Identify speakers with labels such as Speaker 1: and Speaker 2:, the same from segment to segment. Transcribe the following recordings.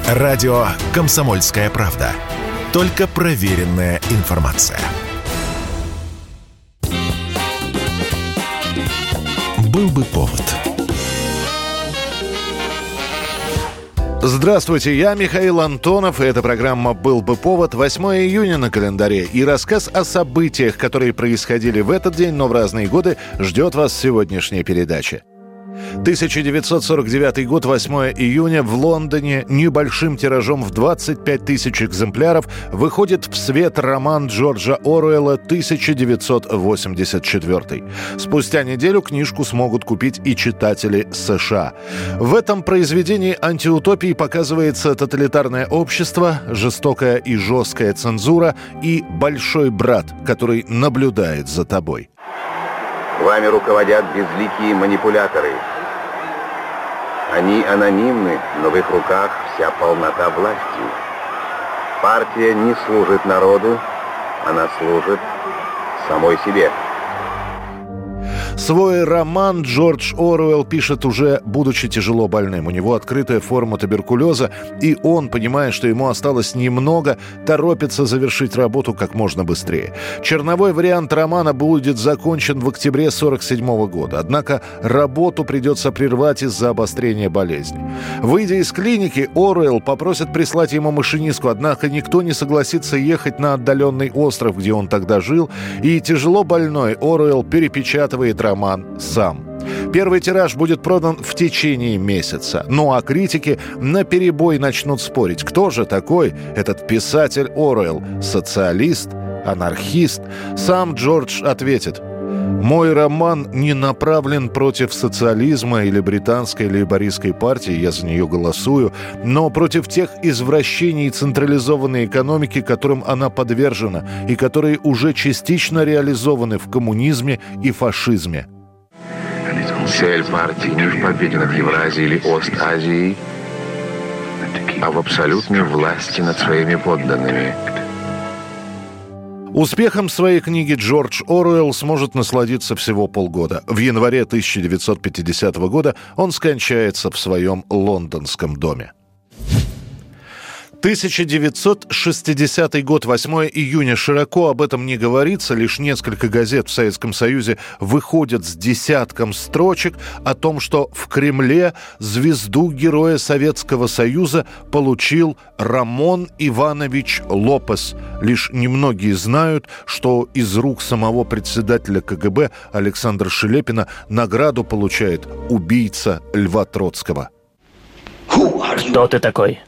Speaker 1: Радио «Комсомольская правда». Только проверенная информация. Был бы повод.
Speaker 2: Здравствуйте, я Михаил Антонов, и эта программа «Был бы повод». 8 июня на календаре, и рассказ о событиях, которые происходили в этот день, но в разные годы, ждет вас в сегодняшней передаче. 1949 год, 8 июня, в Лондоне небольшим тиражом в 25 тысяч экземпляров выходит в свет роман Джорджа Оруэлла «1984». Спустя неделю книжку смогут купить и читатели США. В этом произведении антиутопии показывается тоталитарное общество, жестокая и жесткая цензура и большой брат, который наблюдает за тобой.
Speaker 3: Вами руководят безликие манипуляторы. Они анонимны, но в их руках вся полнота власти. Партия не служит народу, она служит самой себе.
Speaker 2: Свой роман Джордж Оруэлл пишет уже будучи тяжело больным. У него открытая форма туберкулеза, и он, понимая, что ему осталось немного, торопится завершить работу как можно быстрее. Черновой вариант романа будет закончен в октябре 1947 года. Однако работу придется прервать из-за обострения болезни. Выйдя из клиники, Оруэлл попросит прислать ему машинистку, однако никто не согласится ехать на отдаленный остров, где он тогда жил, и тяжело больной Оруэлл перепечатывает роман сам. Первый тираж будет продан в течение месяца. Ну а критики наперебой начнут спорить, кто же такой этот писатель Оруэлл? Социалист? Анархист? Сам Джордж ответит: «Мой роман не направлен против социализма или британской лейбористской партии, я за нее голосую, но против тех извращений централизованной экономики, которым она подвержена, и которые уже частично реализованы в коммунизме и фашизме».
Speaker 3: Цель партии не в победе над Евразией или Ост-Азией, а в абсолютной власти над своими подданными.
Speaker 2: Успехом своей книги Джордж Оруэлл сможет насладиться всего полгода. В январе 1950 года он скончается в своем лондонском доме. 1960 год, 8 июня. Широко об этом не говорится. Лишь несколько газет в Советском Союзе выходят с десятком строчек о том, что в Кремле звезду Героя Советского Союза получил Рамон Иванович Лопес. Лишь немногие знают, что из рук самого председателя КГБ Александра Шелепина награду получает убийца Льва Троцкого.
Speaker 4: Кто ты такой?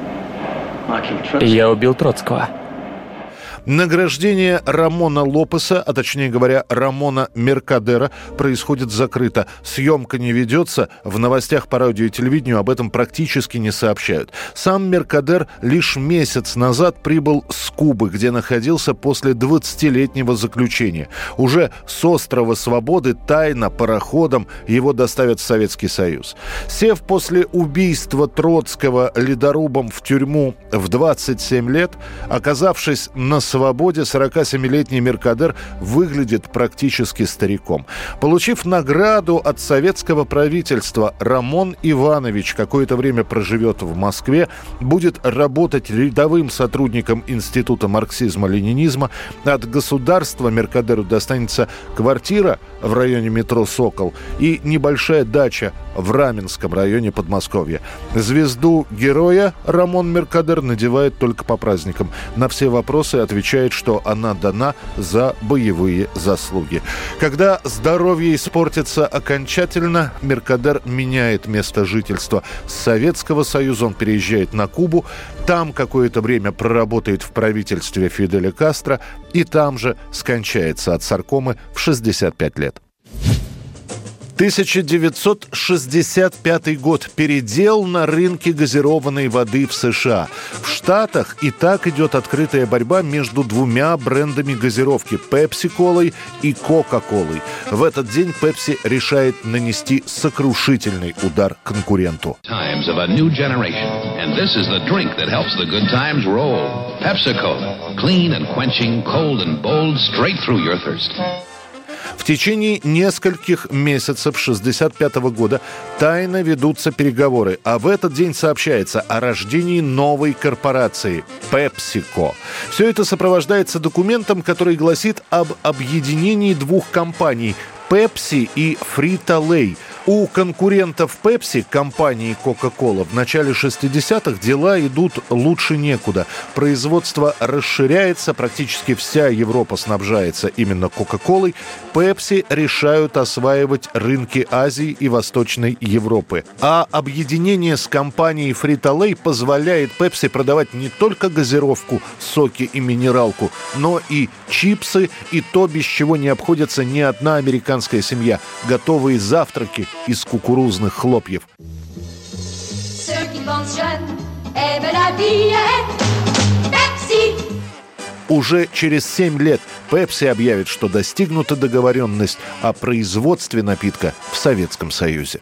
Speaker 4: Я убил Троцкого.
Speaker 2: Награждение Рамона Лопеса, а точнее говоря, Рамона Меркадера, происходит закрыто. Съемка не ведется, в новостях по радио и телевидению об этом практически не сообщают. Сам Меркадер лишь месяц назад прибыл с Кубы, где находился после 20-летнего заключения. Уже с острова Свободы тайно пароходом его доставят в Советский Союз. Сев после убийства Троцкого ледорубом в тюрьму в 27 лет, оказавшись на свободе, 47-летний Меркадер выглядит практически стариком. Получив награду от советского правительства, Рамон Иванович какое-то время проживет в Москве, будет работать рядовым сотрудником Института марксизма-ленинизма. От государства Меркадеру достанется квартира в районе метро «Сокол» и небольшая дача в Раменском районе Подмосковья. Звезду героя Рамон Меркадер надевает только по праздникам. На все вопросы отвечает, что она дана за боевые заслуги. Когда здоровье испортится окончательно, Меркадер меняет место жительства. С Советского Союза он переезжает на Кубу, там какое-то время проработает в правительстве Фиделя Кастро и там же скончается от саркомы в 65 лет. 1965 год. Передел на рынке газированной воды в США. В Штатах и так идет открытая борьба между двумя брендами газировки – Пепси-колой и Кока-колой. В этот день Пепси решает нанести сокрушительный удар конкуренту. В течение нескольких месяцев 1965 года тайно ведутся переговоры, а в этот день сообщается о рождении новой корпорации – PepsiCo. Все это сопровождается документом, который гласит об объединении двух компаний – Pepsi и Frito-Lay. У конкурентов Pepsi, компании Coca-Cola, в начале 60-х дела идут лучше некуда. Производство расширяется, практически вся Европа снабжается именно Coca-Colой. Pepsi решают осваивать рынки Азии и Восточной Европы. А объединение с компанией Frito-Lay позволяет Pepsi продавать не только газировку, соки и минералку, но и чипсы, и то, без чего не обходится ни одна американская семья. Готовые завтраки из кукурузных хлопьев. Уже через 7 лет Pepsi объявит, что достигнута договоренность о производстве напитка в Советском Союзе.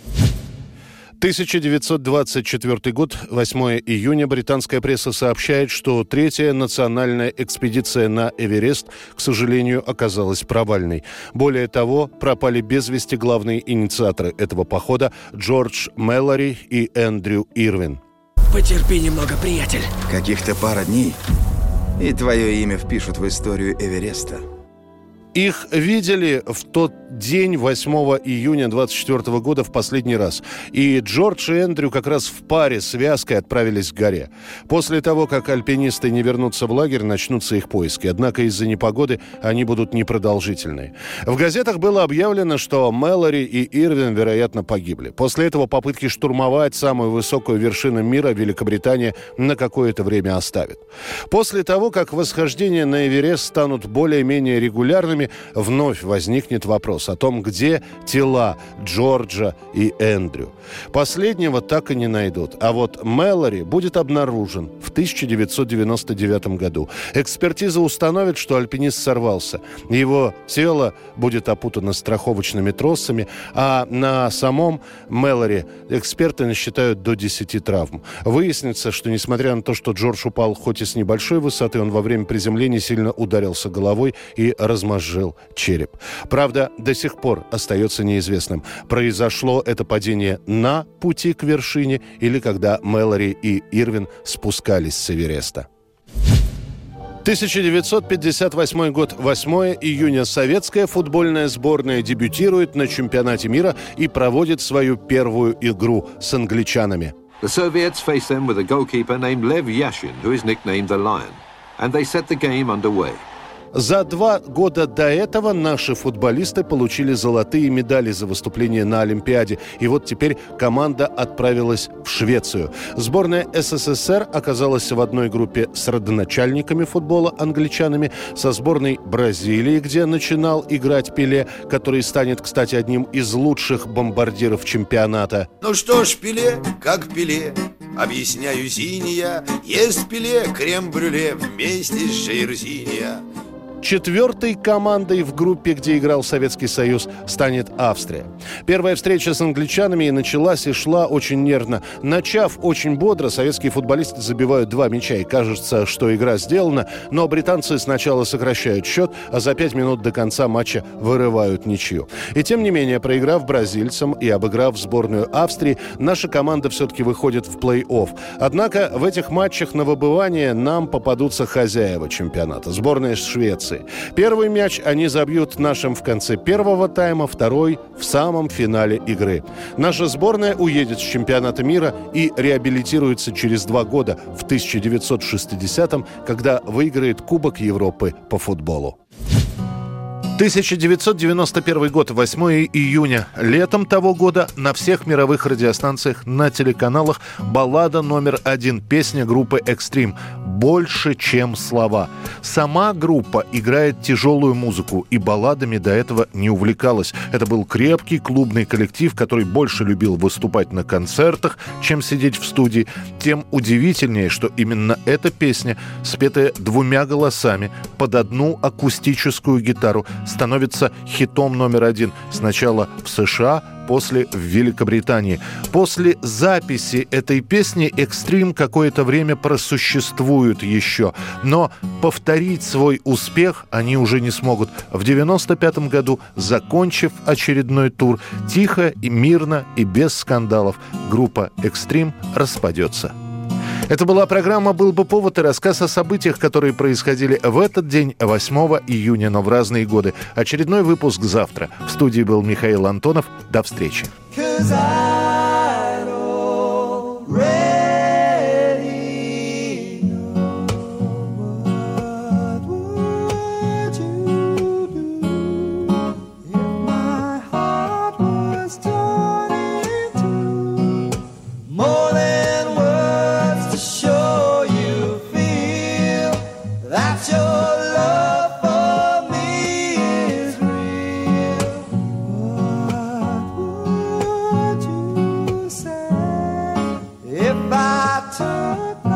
Speaker 2: 1924 год, 8 июня. Британская пресса сообщает, что третья национальная экспедиция на Эверест, к сожалению, оказалась провальной. Более того, пропали без вести главные инициаторы этого похода Джордж Мэллори и Эндрю Ирвин.
Speaker 5: Потерпи немного, приятель.
Speaker 6: Каких-то пара дней, и твое имя впишут в историю Эвереста.
Speaker 2: Их видели в тот день, 8 июня 24 года, в последний раз. И Джордж и Эндрю как раз в паре, связкой отправились к горе. После того, как альпинисты не вернутся в лагерь, начнутся их поиски. Однако из-за непогоды они будут непродолжительные. В газетах было объявлено, что Мэллори и Ирвин, вероятно, погибли. После этого попытки штурмовать самую высокую вершину мира Великобритания на какое-то время оставит. После того, как восхождения на Эверест станут более-менее регулярными, вновь возникнет вопрос о том, где тела Джорджа и Эндрю. Последнего так и не найдут. А вот Мэллори будет обнаружен в 1999 году. Экспертиза установит, что альпинист сорвался. Его тело будет опутано страховочными тросами, а на самом Мэллори эксперты насчитают до 10 травм. Выяснится, что несмотря на то, что Джордж упал хоть и с небольшой высоты, он во время приземления сильно ударился головой и размозжил череп. Правда, до сих пор остается неизвестным, произошло это падение на пути к вершине или когда Мэллори и Ирвин спускались с Эвереста. 1958 год, 8 июня. Советская футбольная сборная дебютирует на чемпионате мира и проводит свою первую игру с англичанами.
Speaker 7: The Soviets face them with a goalkeeper named Lev Yashin, who is nicknamed the Lion, and they set the game underway.
Speaker 2: За 2 года до этого наши футболисты получили золотые медали за выступление на Олимпиаде. И вот теперь команда отправилась в Швецию. Сборная СССР оказалась в одной группе с родоначальниками футбола англичанами, со сборной Бразилии, где начинал играть Пеле, который станет, кстати, одним из лучших бомбардиров чемпионата.
Speaker 8: Ну что ж, Пеле, как Пеле, объясняю синяя, ест Пеле крем-брюле вместе с Жейрзиния.
Speaker 2: Четвертой командой в группе, где играл Советский Союз, станет Австрия. Первая встреча с англичанами и началась и шла очень нервно. Начав очень бодро, советские футболисты забивают 2 мяча, и кажется, что игра сделана, но британцы сначала сокращают счет, а за 5 минут до конца матча вырывают ничью. И тем не менее, проиграв бразильцам и обыграв сборную Австрии, наша команда все-таки выходит в плей-офф. Однако в этих матчах на выбывание нам попадутся хозяева чемпионата, сборная Швеции. Первый мяч они забьют нашим в конце первого тайма, второй в самом финале игры. Наша сборная уедет с чемпионата мира и реабилитируется через 2 года, в 1960-м, когда выиграет Кубок Европы по футболу. 1991 год, 8 июня. Летом того года на всех мировых радиостанциях, на телеканалах баллада номер 1, песня группы «Экстрим» «Больше, чем слова». Сама группа играет тяжелую музыку и балладами до этого не увлекалась. Это был крепкий клубный коллектив, который больше любил выступать на концертах, чем сидеть в студии. Тем удивительнее, что именно эта песня, спетая 2 голосами под одну акустическую гитару, становится хитом номер 1 сначала в США, после в Великобритании. После записи этой песни Extreme какое-то время просуществуют еще, но повторить свой успех они уже не смогут. В 1995 году, закончив очередной тур, тихо и мирно и без скандалов, группа Extreme распадется. Это была программа «Был бы повод» и рассказ о событиях, которые происходили в этот день, 8 июня, но в разные годы. Очередной выпуск завтра. В студии был Михаил Антонов. До встречи.
Speaker 9: If I took